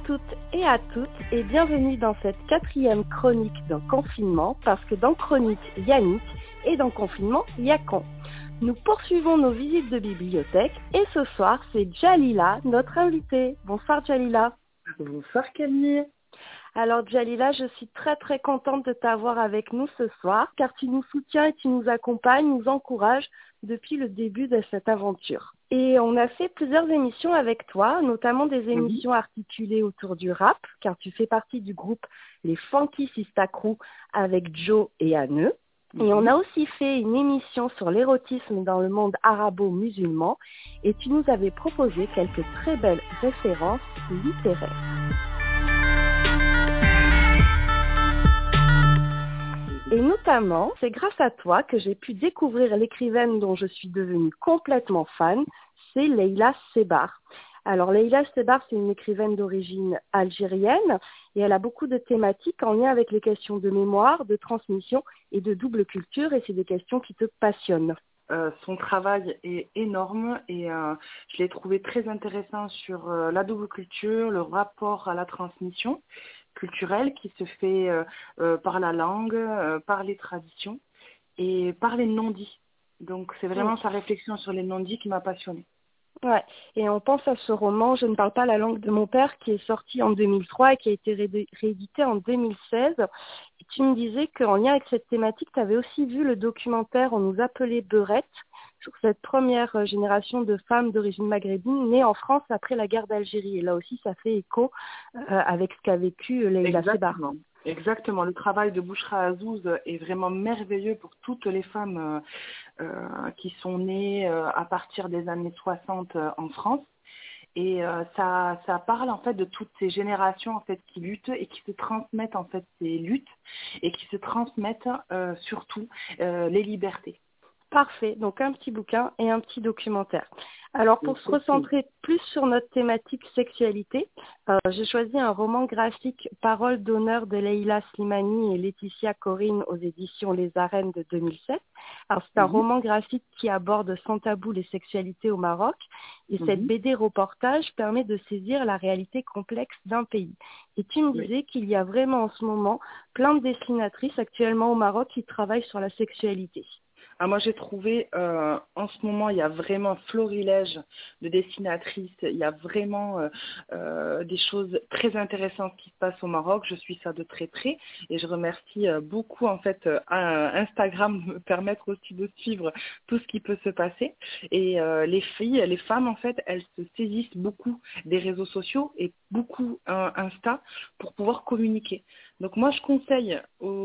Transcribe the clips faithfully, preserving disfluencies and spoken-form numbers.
toutes et à toutes et bienvenue dans cette quatrième chronique d'un confinement parce que dans chronique, il y a Nick et dans confinement, il y a con. Nous poursuivons nos visites de bibliothèque et ce soir, c'est Jalila, notre invitée. Bonsoir Jalila. Bonsoir Camille. Alors Jalila, je suis très très contente de t'avoir avec nous ce soir car tu nous soutiens et tu nous accompagnes, nous encourages depuis le début de cette aventure. Et on a fait plusieurs émissions avec toi, notamment des émissions mmh. articulées autour du rap, car tu fais partie du groupe Les Funky Sista Crew avec Joe et Anne. Mmh. Et on a aussi fait une émission sur l'érotisme dans le monde arabo-musulman et tu nous avais proposé quelques très belles références littéraires. Et notamment, c'est grâce à toi que j'ai pu découvrir l'écrivaine dont je suis devenue complètement fan, c'est Leila Sebar. Alors Leila Sebar, c'est une écrivaine d'origine algérienne et elle a beaucoup de thématiques en lien avec les questions de mémoire, de transmission et de double culture et c'est des questions qui te passionnent. Euh, son travail est énorme et euh, je l'ai trouvé très intéressant sur euh, la double culture, le rapport à la transmission culturelle qui se fait euh, euh, par la langue, euh, par les traditions et par les non-dits. Donc c'est vraiment oui. sa réflexion sur les non-dits qui m'a passionnée. Ouais, et on pense à ce roman « Je ne parle pas la langue de mon père » qui est sorti en deux mille trois et qui a été ré- réédité en deux mille seize. Et tu me disais qu'en lien avec cette thématique, tu avais aussi vu le documentaire « On nous appelait Beurette » sur cette première génération de femmes d'origine maghrébine nées en France après la guerre d'Algérie. Et là aussi, ça fait écho euh, avec ce qu'a vécu Leila Sebar. Exactement. Le travail de Bouchra Azouz est vraiment merveilleux pour toutes les femmes euh, euh, qui sont nées euh, à partir des années soixante euh, en France. Et euh, ça, ça parle en fait de toutes ces générations en fait qui luttent et qui se transmettent en fait ces luttes et qui se transmettent euh, surtout euh, les libertés. Parfait, donc un petit bouquin et un petit documentaire. Alors pour se recentrer plus sur notre thématique sexualité, euh, j'ai choisi un roman graphique Parole d'honneur de Leila Slimani et Laetitia Corinne aux éditions Les Arènes de deux mille sept. Alors c'est un mmh. roman graphique qui aborde sans tabou les sexualités au Maroc et mmh. cette B D reportage permet de saisir la réalité complexe d'un pays. Et tu me disais oui. qu'il y a vraiment en ce moment plein de dessinatrices actuellement au Maroc qui travaillent sur la sexualité. Ah, moi, j'ai trouvé, euh, en ce moment, il y a vraiment un florilège de dessinatrices. Il y a vraiment euh, euh, des choses très intéressantes qui se passent au Maroc. Je suis ça de très près et je remercie euh, beaucoup, en fait, euh, Instagram de me permettre aussi de suivre tout ce qui peut se passer. Et euh, les filles, les femmes, en fait, elles se saisissent beaucoup des réseaux sociaux et beaucoup euh, Insta pour pouvoir communiquer. Donc moi, je conseille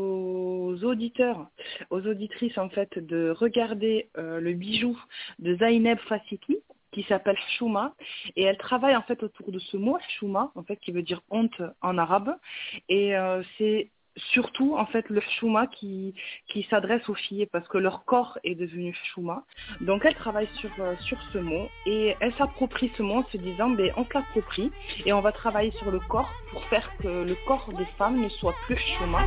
aux auditeurs, aux auditrices, en fait, de regarder euh, le bijou de Zaineb Fasiki, qui s'appelle Chouma, et elle travaille, en fait, autour de ce mot, Chouma, en fait, qui veut dire honte en arabe, et euh, c'est surtout, en fait, le chouma qui, qui s'adresse aux filles parce que leur corps est devenu chouma. Donc, elle travaille sur, euh, sur ce mot et elle s'approprie ce mot en se disant, ben, on se l'approprie et on va travailler sur le corps pour faire que le corps des femmes ne soit plus chouma.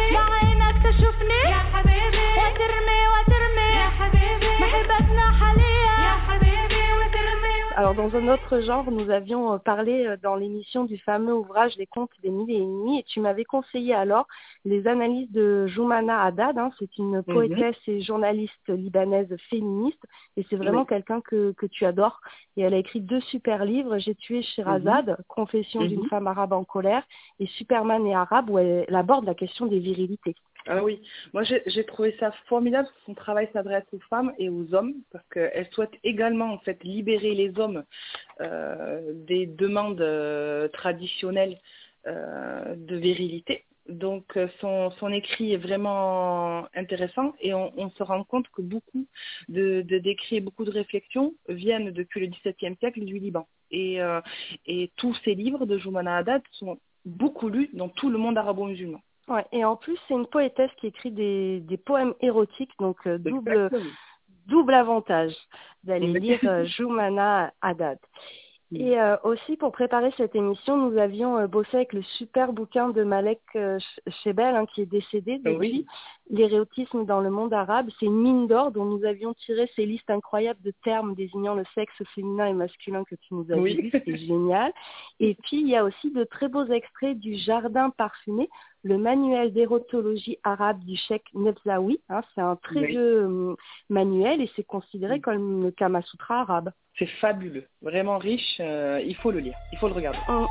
Alors, dans un autre genre, nous avions parlé dans l'émission du fameux ouvrage Les Contes des Mille et Une Nuits et tu m'avais conseillé alors les analyses de Joumana Haddad. Hein, c'est une poétesse mm-hmm. et journaliste libanaise féministe et c'est vraiment oui. quelqu'un que, que tu adores. Et elle a écrit deux super livres, J'ai tué Sherazade, mm-hmm. Confession mm-hmm. d'une femme arabe en colère et Superman et arabe où elle, elle aborde la question des virilités. Ah oui, moi j'ai, j'ai trouvé ça formidable parce que son travail s'adresse aux femmes et aux hommes parce qu'elle souhaite également en fait libérer les hommes euh, des demandes euh, traditionnelles euh, de virilité. Donc son, son écrit est vraiment intéressant et on, on se rend compte que beaucoup de, de d'écrits et beaucoup de réflexions viennent depuis le dix-septième siècle du Liban. Et, euh, et tous ces livres de Joumana Haddad sont beaucoup lus dans tout le monde arabo-musulman. Ouais, et en plus, c'est une poétesse qui écrit des, des poèmes érotiques, donc euh, double, double avantage d'aller lire euh, Joumana Haddad. Et euh, aussi, pour préparer cette émission, nous avions euh, bossé avec le super bouquin de Malek euh, Chebel, hein, qui est décédé depuis, Oui. L'érotisme dans le monde arabe. C'est une mine d'or dont nous avions tiré ces listes incroyables de termes désignant le sexe féminin et masculin que tu nous as Oui. dit. C'était génial. Et puis, il y a aussi de très beaux extraits du Jardin parfumé, le manuel d'érotologie arabe du cheikh Nebzaoui. Hein, c'est un très Oui. vieux euh, manuel et c'est considéré comme le Kama Sutra arabe. C'est fabuleux, vraiment riche, euh, il faut le lire, il faut le regarder. Hum.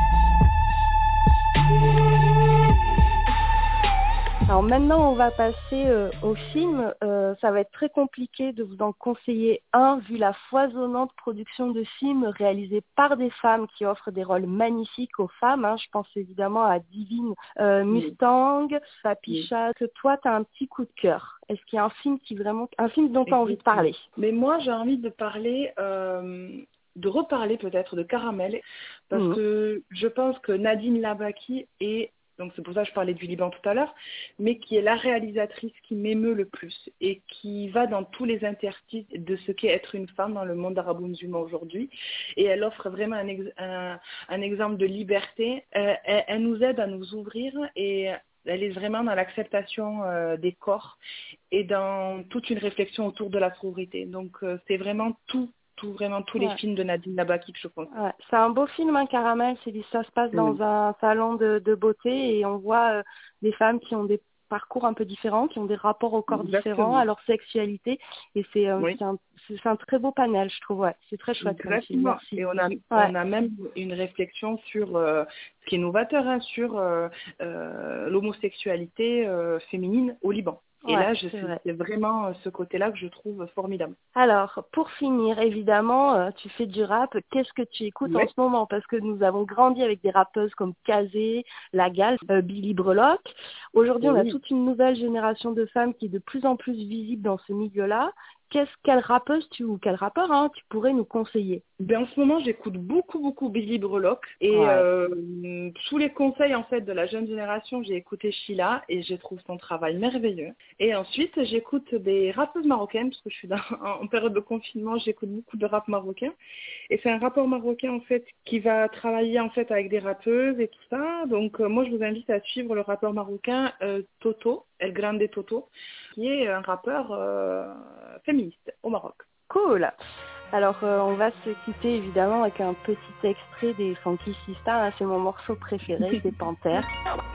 Alors maintenant, on va passer euh, au film. Euh, ça va être très compliqué de vous en conseiller un, vu la foisonnante production de films réalisés par des femmes qui offrent des rôles magnifiques aux femmes. Hein. Je pense évidemment à Divine euh, Mustang, Papi Chat. Oui. Toi, tu as un petit coup de cœur. Est-ce qu'il y a un film qui vraiment, un film dont tu as envie de parler? Mais moi, j'ai envie de parler... Euh... de reparler peut-être de Caramel, parce mmh. que je pense que Nadine Labaki est, donc c'est pour ça que je parlais du Liban tout à l'heure, mais qui est la réalisatrice qui m'émeut le plus et qui va dans tous les interstices de ce qu'est être une femme dans le monde arabo-musulman aujourd'hui. Et elle offre vraiment un, ex- un, un exemple de liberté. Euh, elle, elle nous aide à nous ouvrir et elle est vraiment dans l'acceptation euh, des corps et dans toute une réflexion autour de la sororité. Donc euh, c'est vraiment tout. Tout, vraiment tous les ouais. films de Nadine Labaki que je pense. Ouais. C'est un beau film, hein, Caramel. C'est, ça se passe dans oui. un salon de, de beauté et on voit euh, des femmes qui ont des parcours un peu différents, qui ont des rapports au corps Exactement. différents, à leur sexualité. Et c'est, euh, oui. c'est, un, c'est un très beau panel, je trouve. Ouais. C'est très chouette. Exactement. Et on a, ouais. on a même une réflexion sur euh, ce qui est novateur, hein, sur euh, euh, l'homosexualité euh, féminine au Liban. Et ouais, là, je c'est, c'est vraiment ce côté-là que je trouve formidable. Alors, pour finir, évidemment, tu fais du rap. Qu'est-ce que tu écoutes ouais. en ce moment? Parce que nous avons grandi avec des rappeuses comme Kazé, Lagal, euh, Billy Breloque. Aujourd'hui, oui. on a toute une nouvelle génération de femmes qui est de plus en plus visible dans ce milieu-là. Qu'est-ce, quelle rappeuse tu, ou quel rappeur hein, tu pourrais nous conseiller? Ben, en ce moment, j'écoute beaucoup, beaucoup Billy Breloque. Et ouais. euh, sous les conseils en fait de la jeune génération, j'ai écouté Sheila et je trouve son travail merveilleux. Et ensuite, j'écoute des rappeuses marocaines parce que je suis dans, en période de confinement, j'écoute beaucoup de rap marocain. Et c'est un rappeur marocain en fait qui va travailler en fait avec des rappeuses et tout ça. Donc euh, moi, je vous invite à suivre le rappeur marocain euh, Toto, El Grande Toto, qui est un rappeur euh, féministe au Maroc. Cool. Alors, euh, on va se quitter évidemment avec un petit extrait des Funky Sisters. Hein, c'est mon morceau préféré, c'est Panthère.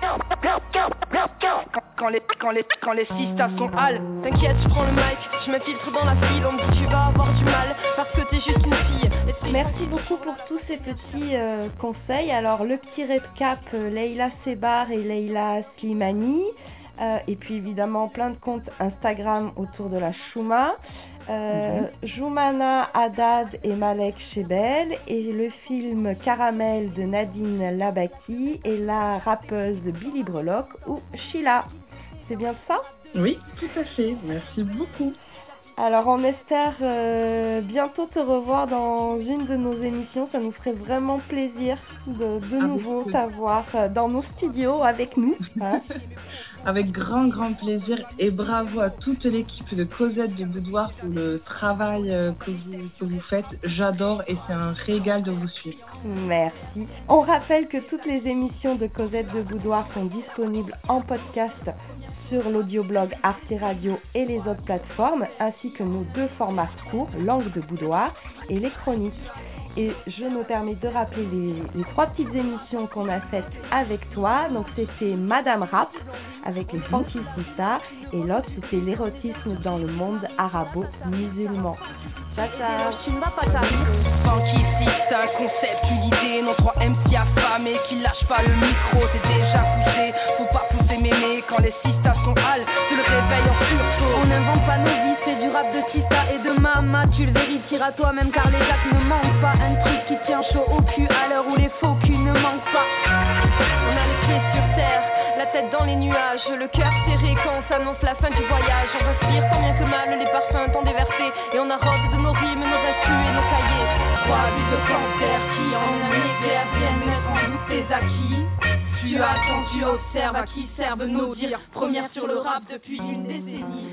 Quand les, quand les, quand les sisters sont hal, t'inquiète, je prends le mic, je m'infiltre dans la file, on me dit tu vas avoir du mal parce que t'es juste une fille. Merci beaucoup pour tous ces petits euh, conseils. Alors, le petit récap, euh, Leïla Sebar et Leïla Slimani. Euh, et puis évidemment plein de comptes Instagram autour de la Chouma. Euh, mm-hmm. Joumana Haddad et Malek Chebel et le film Caramel de Nadine Labaki et la rappeuse Billy Breloque ou Sheila. C'est bien ça? Oui, tout à fait. Merci beaucoup. Alors on espère euh, bientôt te revoir dans une de nos émissions. Ça nous ferait vraiment plaisir de, de nouveau t'avoir dans nos studios avec nous. Hein. Avec grand, grand plaisir et bravo à toute l'équipe de Cosette de Boudoir pour le travail que vous, que vous faites. J'adore et c'est un régal de vous suivre. Merci. On rappelle que toutes les émissions de Cosette de Boudoir sont disponibles en podcast sur l'audioblog Arte Radio et les autres plateformes, ainsi que nos deux formats courts, Langue de Boudoir et les chroniques. Et je me permets de rappeler les, les trois petites émissions qu'on a faites avec toi. Donc c'était Madame Rap avec les Funky Sisters et l'autre c'était l'érotisme dans le monde arabo-musulman. Ciao ciao. Tu ne vas pas t'arriver. Funky Sisters, concept, une idée, non trois M C affamés qui lâchent pas le micro, c'est déjà poussé. Faut pas pousser mémé quand les sisters sont hal, tu le réveilles en sursaut. On n'invente pas nos vies, c'est du rap de Kissa et de Mama. Tu le vérifieras toi-même car les actes ne manquent pas. Un truc qui tient chaud au cul à l'heure où les faux culs ne manquent pas. On a les pieds sur terre, la tête dans les nuages, le cœur serré quand on s'annonce la fin du voyage. On respire tant bien que mal les parfums tant déversés et on arrose de nos rimes, nos instrus et nos cahiers. Trois buts de cancer qui en un éclair viennent mettre en doute tes acquis. Tu attends, tu observes à qui servent nos dires. Première sur le rap depuis une décennie.